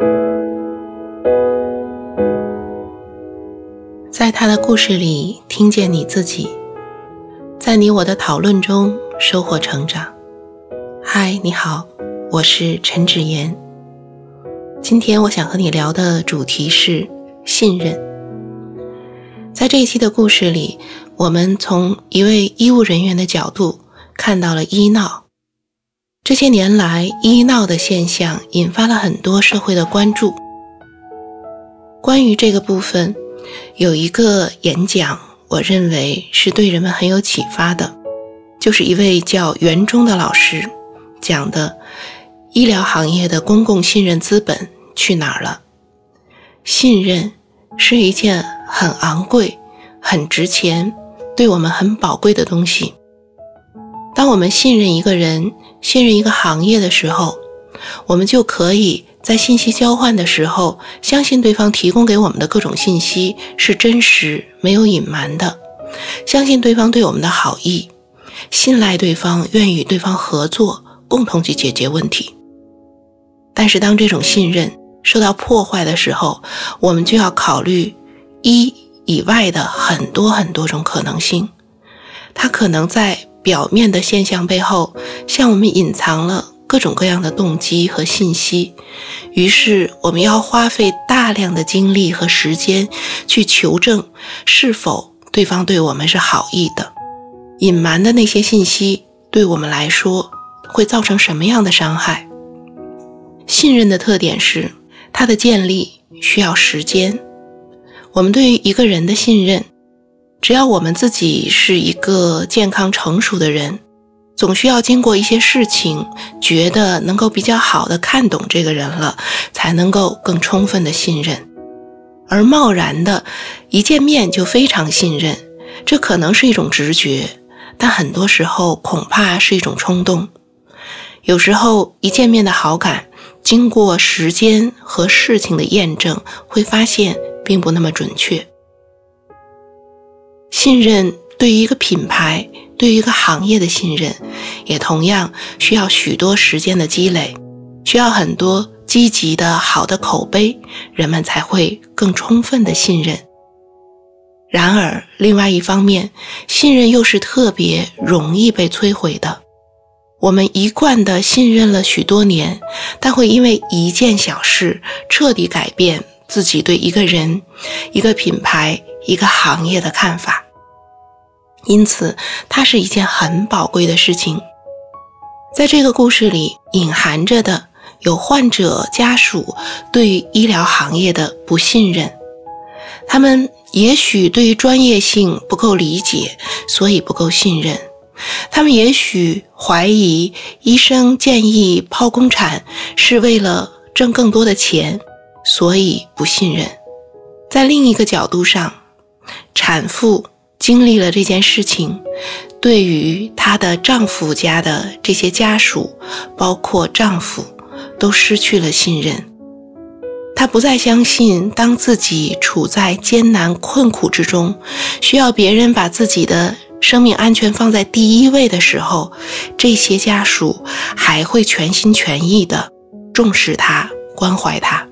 在他的故事里听见你自己，在你我的讨论中收获成长。嗨，你好，我是陈芷妍。今天我想和你聊的主题是信任。在这一期的故事里，我们从一位医务人员的角度看到了医闹。这些年来，医闹的现象引发了很多社会的关注。关于这个部分，有一个演讲，我认为是对人们很有启发的，就是一位叫袁忠的老师讲的医疗行业的公共信任资本去哪儿了。信任是一件很昂贵、很值钱、对我们很宝贵的东西。当我们信任一个人、信任一个行业的时候，我们就可以在信息交换的时候，相信对方提供给我们的各种信息是真实、没有隐瞒的，相信对方对我们的好意，信赖对方，愿与对方合作，共同去解决问题。但是当这种信任受到破坏的时候，我们就要考虑一以外的很多种可能性。它可能在表面的现象背后向我们隐藏了各种各样的动机和信息，于是我们要花费大量的精力和时间去求证是否对方对我们是好意的，隐瞒的那些信息对我们来说会造成什么样的伤害。信任的特点是它的建立需要时间。我们对于一个人的信任，只要我们自己是一个健康成熟的人，总需要经过一些事情，觉得能够比较好的看懂这个人了，才能够更充分的信任。而贸然的一见面就非常信任，这可能是一种直觉，但很多时候恐怕是一种冲动。有时候一见面的好感，经过时间和事情的验证，会发现并不那么准确。信任对于一个品牌，对于一个行业的信任，也同样需要许多时间的积累，需要很多积极的好的口碑，人们才会更充分的信任。然而另外一方面，信任又是特别容易被摧毁的。我们一贯的信任了许多年，但会因为一件小事彻底改变自己对一个人、一个品牌、一个行业的看法。因此它是一件很宝贵的事情。在这个故事里隐含着的有患者家属对于医疗行业的不信任，他们也许对于专业性不够理解，所以不够信任。他们也许怀疑医生建议剖宫产是为了挣更多的钱，所以不信任。在另一个角度上，产妇经历了这件事情，对于她的丈夫家的这些家属，包括丈夫，都失去了信任。她不再相信，当自己处在艰难困苦之中，需要别人把自己的生命安全放在第一位的时候，这些家属还会全心全意地重视她，关怀她。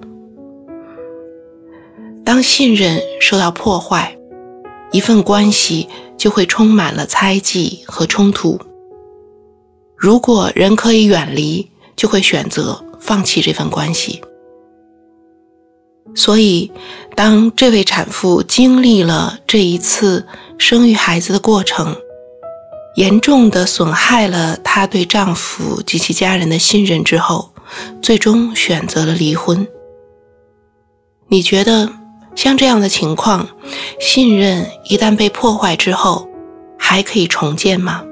当信任受到破坏，一份关系就会充满了猜忌和冲突。如果人可以远离，就会选择放弃这份关系。所以当这位产妇经历了这一次生育孩子的过程，严重地损害了她对丈夫及其家人的信任之后，最终选择了离婚。你觉得像这样的情况，信任一旦被破坏之后，还可以重建吗？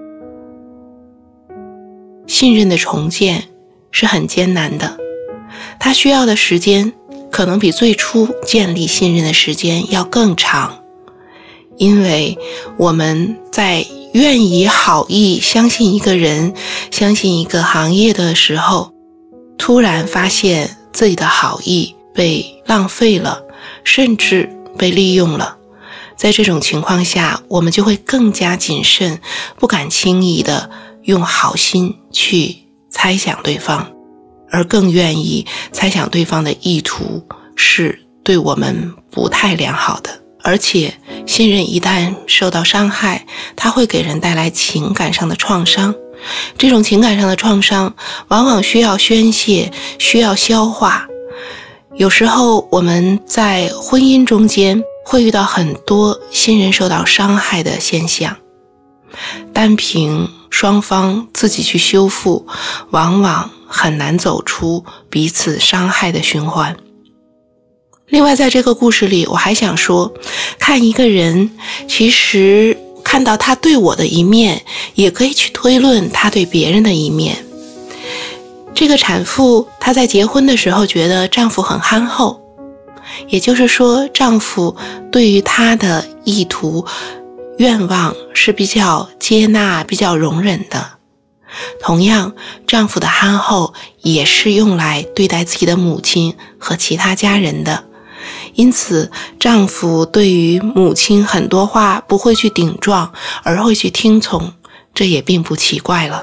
信任的重建是很艰难的，它需要的时间可能比最初建立信任的时间要更长。因为我们在愿以好意相信一个人、相信一个行业的时候，突然发现自己的好意被浪费了，甚至被利用了。在这种情况下，我们就会更加谨慎，不敢轻易的用好心去猜想对方， 而更愿意猜想对方的意图是对我们不太良好的。而且信任一旦受到伤害，它会给人带来情感上的创伤。这种情感上的创伤往往需要宣泄，需要消化。有时候我们在婚姻中间会遇到很多新人受到伤害的现象，单凭双方自己去修复，往往很难走出彼此伤害的循环。另外在这个故事里，我还想说，看一个人，其实看到他对我的一面，也可以去推论他对别人的一面。这个产妇她在结婚的时候觉得丈夫很憨厚，也就是说丈夫对于她的意图愿望是比较接纳比较容忍的。同样，丈夫的憨厚也是用来对待自己的母亲和其他家人的，因此丈夫对于母亲很多话不会去顶撞，而会去听从，这也并不奇怪了。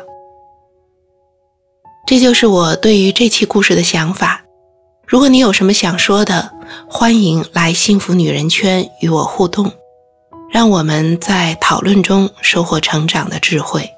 这就是我对于这期故事的想法。如果你有什么想说的，欢迎来幸福女人圈与我互动，让我们在讨论中收获成长的智慧。